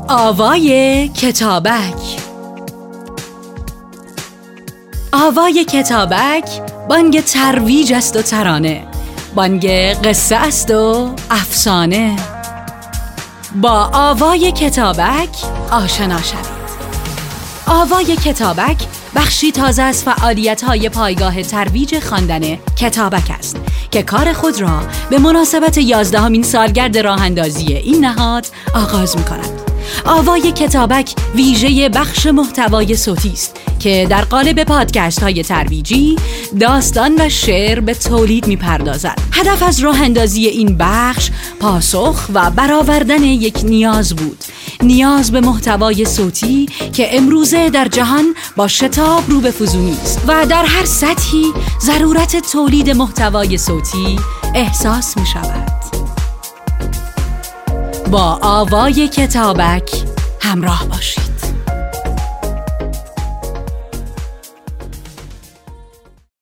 آوای کتابک. آوای کتابک بانگ ترویج است و ترانه، بانگ قصه است و افسانه. با آوای کتابک آشنا شوید. آوای کتابک بخشی تازه از فعالیت‌های پایگاه ترویج خواندن کتابک است که کار خود را به مناسبت 11مین سالگرد راه‌اندازی این نهاد آغاز می‌کند. آوای کتابک ویژه بخش محتوای صوتی است که در قالب پادکست‌های ترویجی داستان و شعر به تولید می‌پردازد. هدف از راه‌اندازی این بخش پاسخ و برآوردن یک نیاز بود، نیاز به محتوای صوتی که امروزه در جهان با شتاب رو به فزونی است و در هر سطحی ضرورت تولید محتوای صوتی احساس می‌شود. با آوای کتابک همراه باشید.